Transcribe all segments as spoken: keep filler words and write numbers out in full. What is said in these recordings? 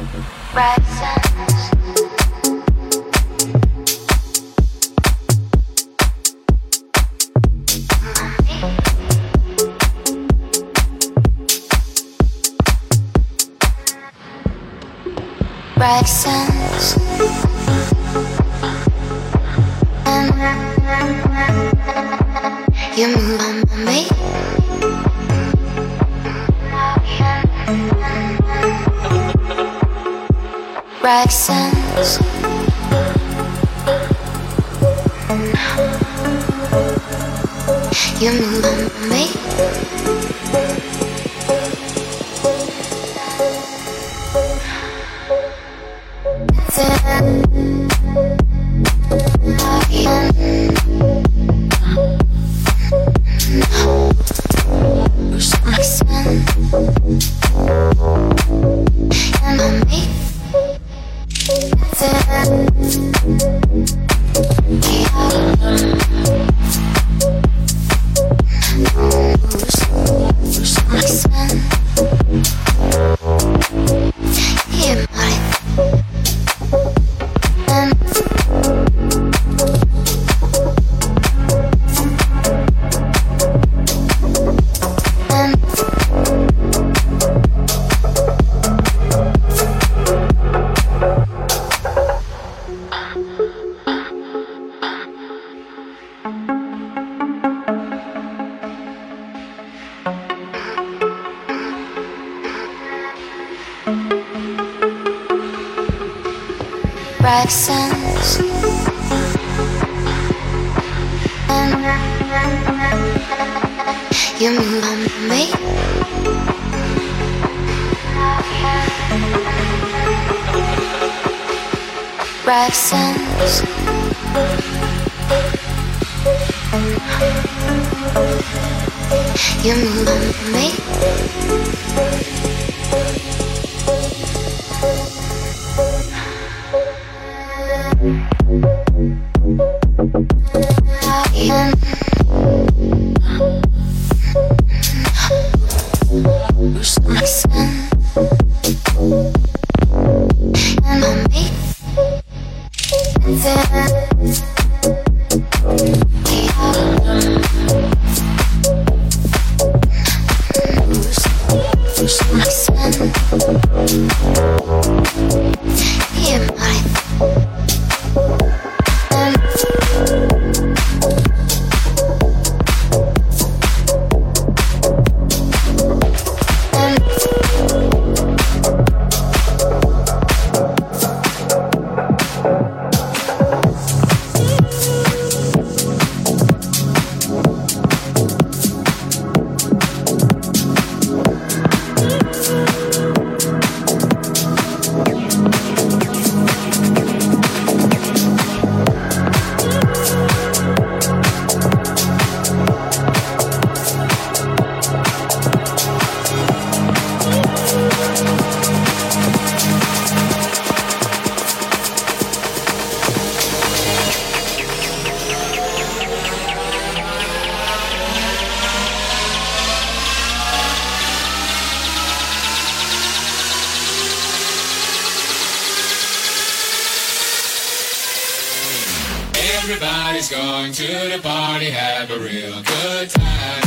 Accents and you move on me. Accents you move on me. Accents and you move on me. Accents you move on me. Everybody's going to the party, have a real good time.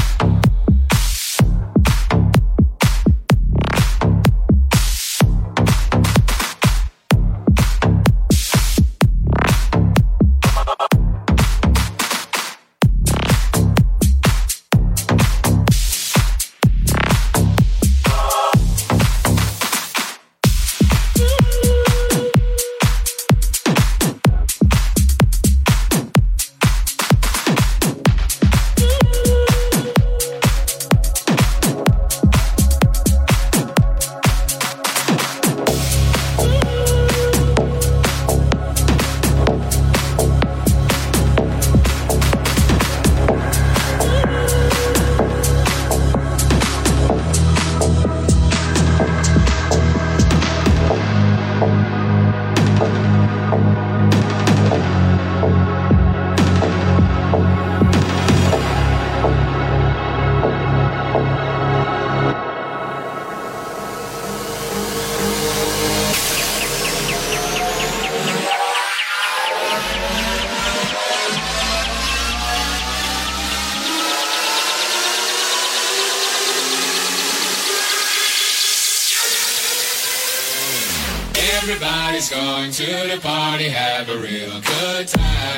Everybody's going to the party, have a real good time.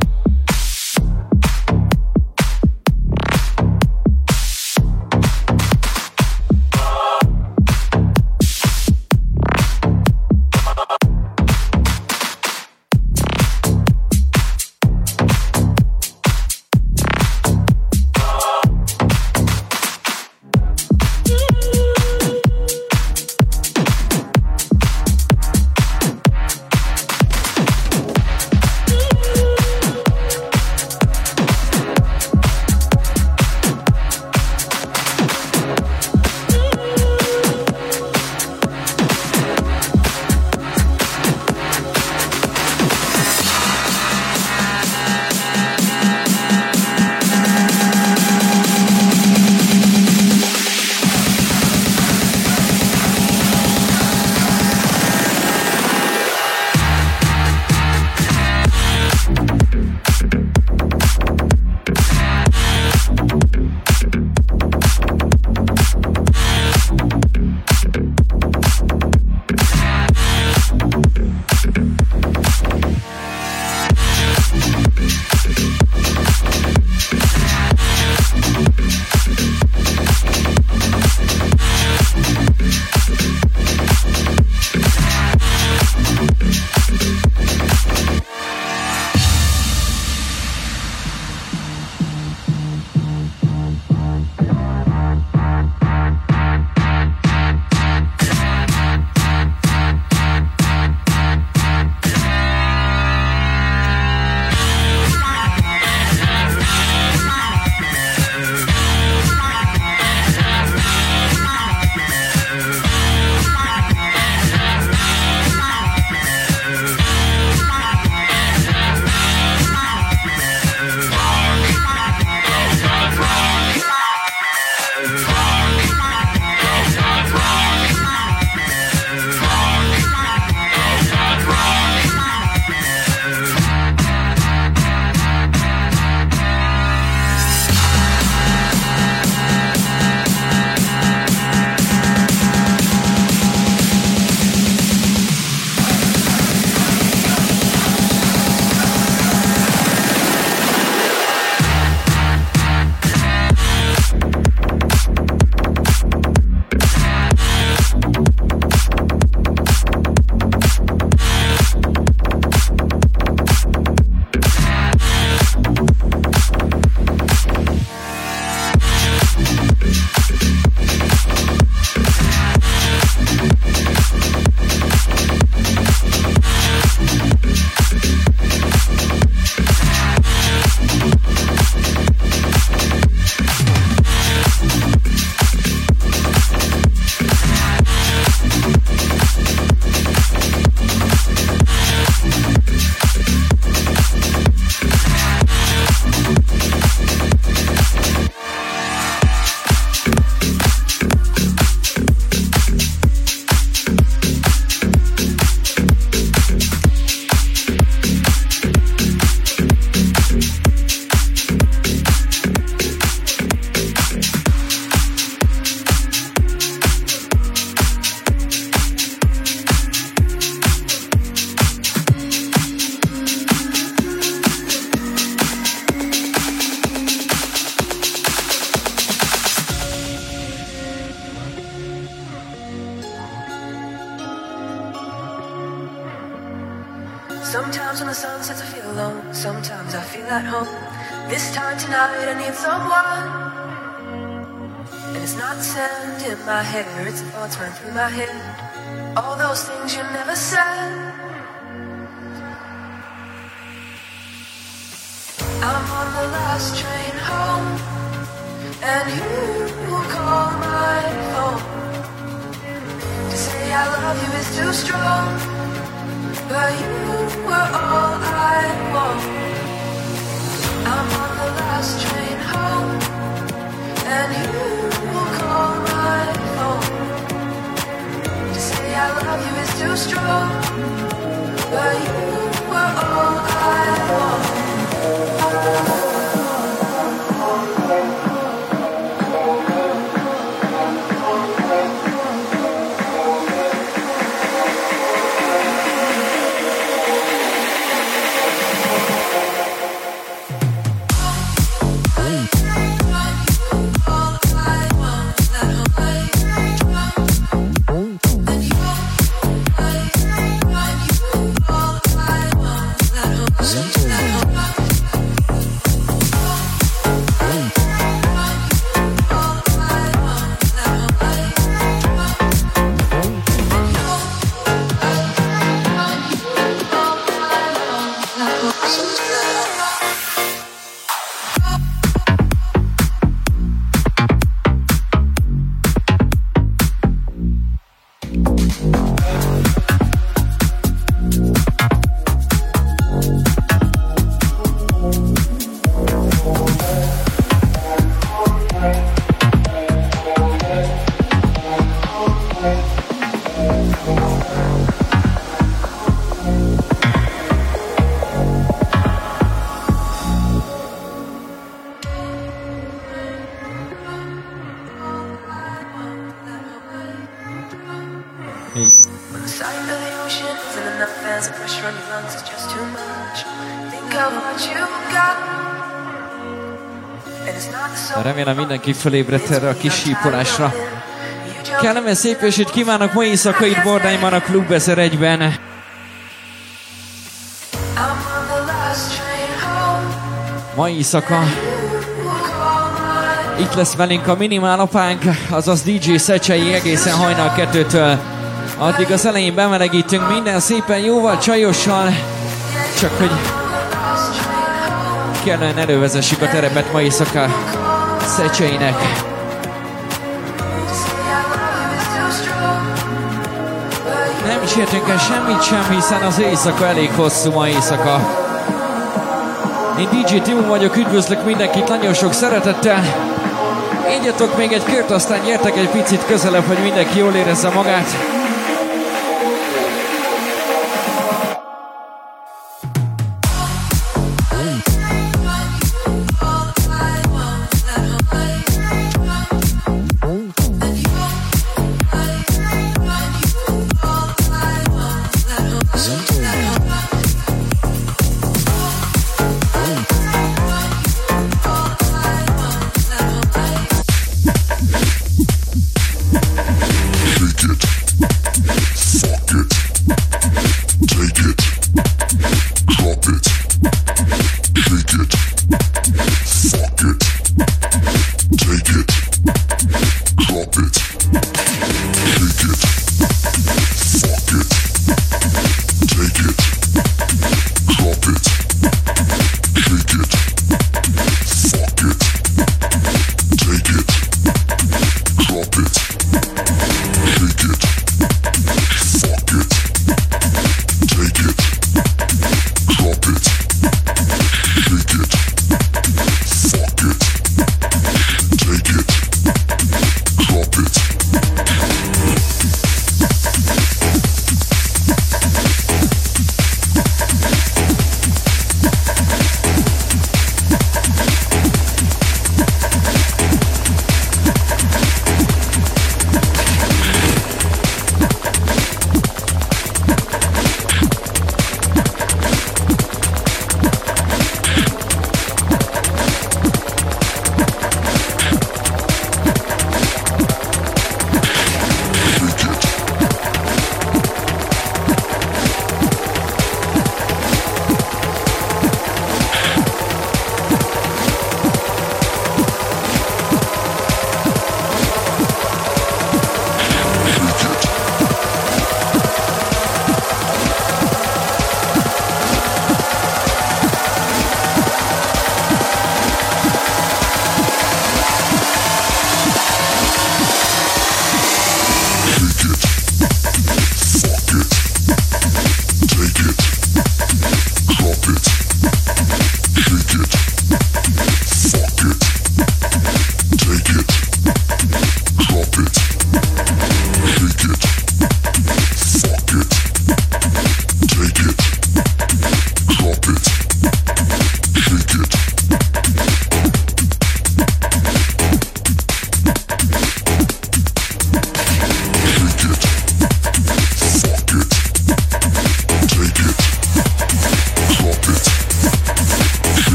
Sometimes when the sun sets I feel alone, sometimes I feel at home. This time tonight I need someone. And it's not sand in my hair, it's the thoughts run through my head. All those things you never said. I'm on the last train home, and you call my phone to say I love you is too strong, but you were all I want. I'm on the last train home, and you call my phone to say I love you is too strong, but you were all I want. hands, the pressure on your lungs is just too much. Think of what you got. And it's not the soul. Remélem mindenki fölébredt erre a kis sípolásra. Kellemes szép estét kívánok mai éjszakait Bordályban a Klub ezer egyben. I'm on the last train home. Mai éjszaka itt lesz velünk a minimálapánk, azaz dé dzsé Szecsei egészen hajnal kettőtől. Addig az elején bemelegítünk minden szépen jóval, csajossal, csak hogy kellően elővezessük a terepet ma éjszaka Szecseinek. Nem sértünk el semmit sem, hiszen az éjszaka elég hosszú ma éjszaka. Én dé dzsé Timo vagyok, üdvözlök mindenkit nagyon sok szeretettel. Ígyatok még egy kört, aztán gyertek egy picit közelebb, hogy mindenki jól érezze magát. Shake it.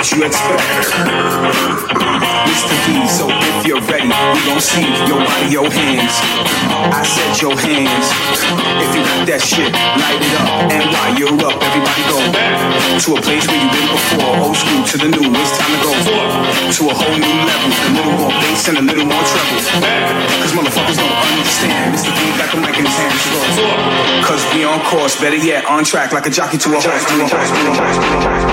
what you expect. Mister V, so if you're ready, we gon' see your body, your hands. I said your hands. If you got that shit, light it up. And while you're up, everybody go to a place where you've been before. Old school to the new, it's time to go to a whole new level. A little more bass and a little more treble. Cause motherfuckers don't understand. Mister V got the mic in his hands. Cause we on course, better yet, on track like a jockey to a horse. To a horse, to a horse, to a horse.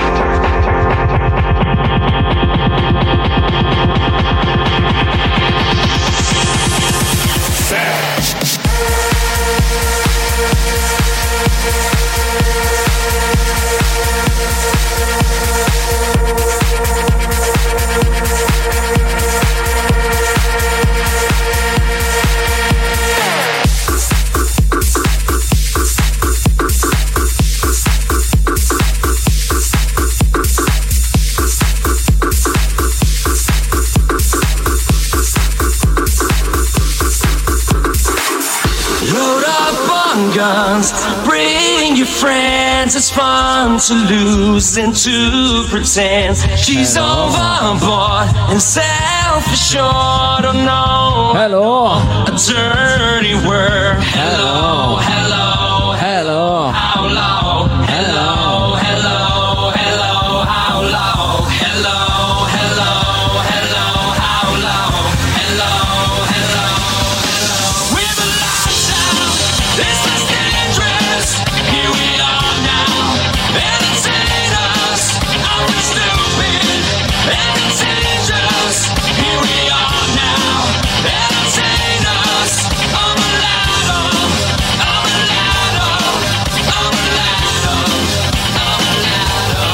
Bring your friends, it's fun to lose and to pretend. She's overboard and self-assured. Oh no, hello, a dirty word. Hello, hello, hello, how low? Hello, hello, hello, how low? Hello, hello, hello, how low? Hello, hello, hello. We're the last sound. This is dangerous. Here we are now. Entertain us. Are we stupid? Entertain us. Here we are now. Entertain us. I'm a ladder. I'm a ladder. I'm a ladder. I'm a ladder.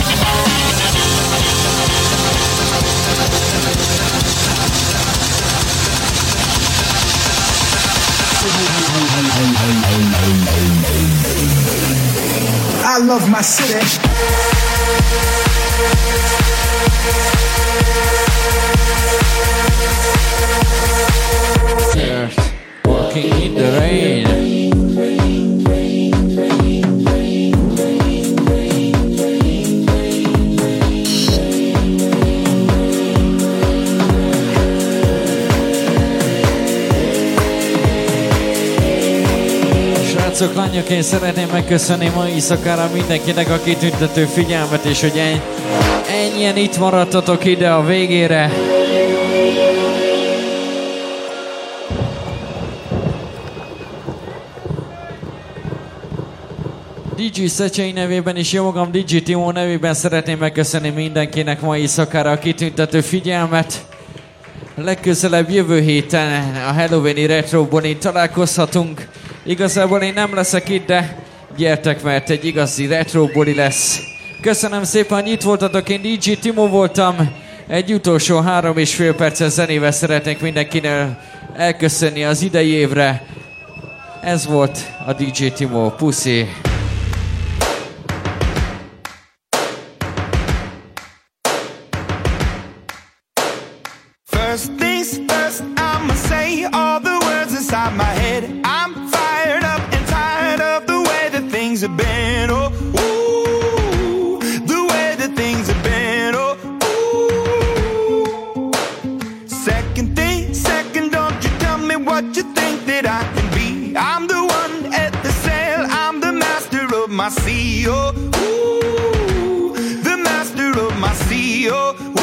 I love my city. Walking in the rain. Srácok, lányok, én szeretném megköszönni ma éjszakára mindenkinek a kitüntető figyelmet, és hogy en- ennyien itt maradtatok ide a végére. dé dzsé Szecsei nevében és jó magam dé dzsé Timo nevében szeretném megköszönni mindenkinek ma éjszakára a kitüntető figyelmet. Legközelebb jövő héten a Halloweeni Retroban itt találkozhatunk. Igazából én nem leszek itt, de gyertek, mert egy igazi retroboli lesz. Köszönöm szépen, hogy itt voltatok, én dé dzsé Timo voltam. Egy utolsó három és fél perces zenével szeretnék mindenkinek elköszönni az idei évre. Ez volt a dé dzsé Timo. Puszi! First things first, I'ma say all the words inside my head. I'm fired up and tired of the way that things have been. Oh, ooh, the way that things have been. Oh, ooh. Second thing, second, don't you tell me what you think that I can be. I'm the one at the sail, I'm the master of my sea. Oh, ooh, the master of my sea. Oh, ooh.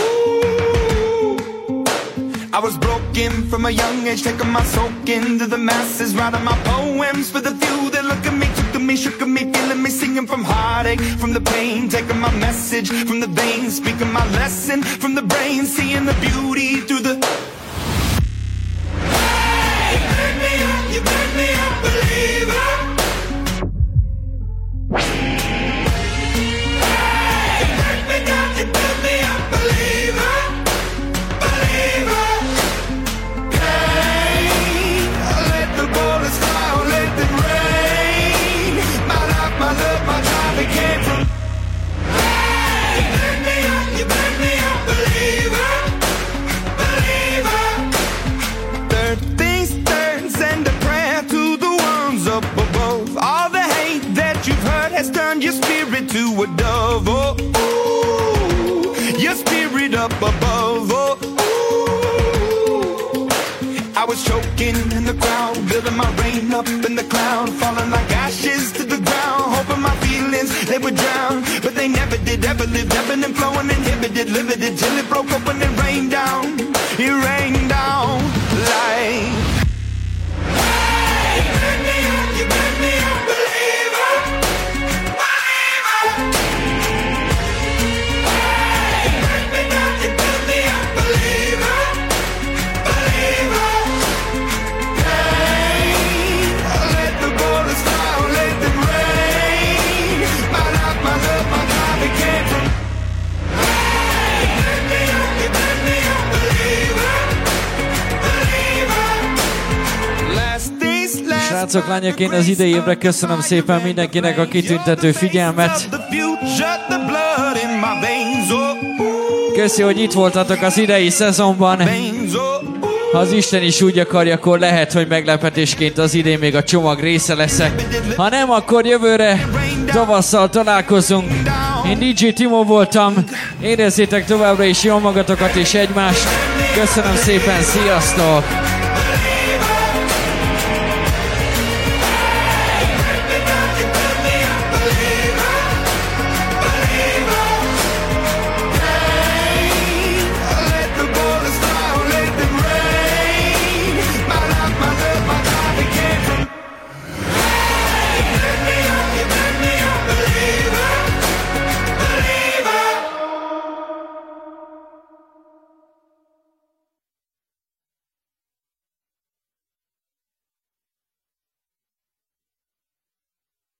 I was broken from a young age, taking my soak into the masses, writing my poems for the few that look at me, took to me, shook at me, feeling me, singing from heartache, from the pain, taking my message from the veins, speaking my lesson from the brain, seeing the beauty through the. Hey, you burn me up, you burn me up, believer. Hey, you burn me down, you burn me up, believer. Came from. Hey, you burn me up, you burn me up, believer, believer. Third things third, send a prayer to the ones up above. All the hate that you've heard has turned your spirit to a dove. Oh, ooh, your spirit up above. Oh, ooh. I was choking in the crowd, building my rain up in the cloud, falling like ashes to the ground, hoping my feelings they would drown, but they never did. Ever lived, ebbing and flowing, inhibited, limited, till it broke up when it rained down. It rained down like. Hey, you burn me up, you burn me up, believer, believer. Hey, you burn me down, you burn me up, believer, believer. Hey, let the bullets fly, let them rain. My life, my love, my God, it came from. Hey, you burn me up, you burn me up, believer, believer. Last days, last. Srácok, lányok, én az idei évre köszönöm szépen mindenkinek a kitüntető figyelmet. Köszi, hogy itt voltatok az idei szezonban. Ha az Isten is úgy akarja, akkor lehet, hogy meglepetésként az idén még a csomag része leszek. Ha nem, akkor jövőre tavasszal találkozunk. Én dé dzsé Timo voltam. Érezzétek továbbra is jól magatokat és egymást. Köszönöm szépen, sziasztok!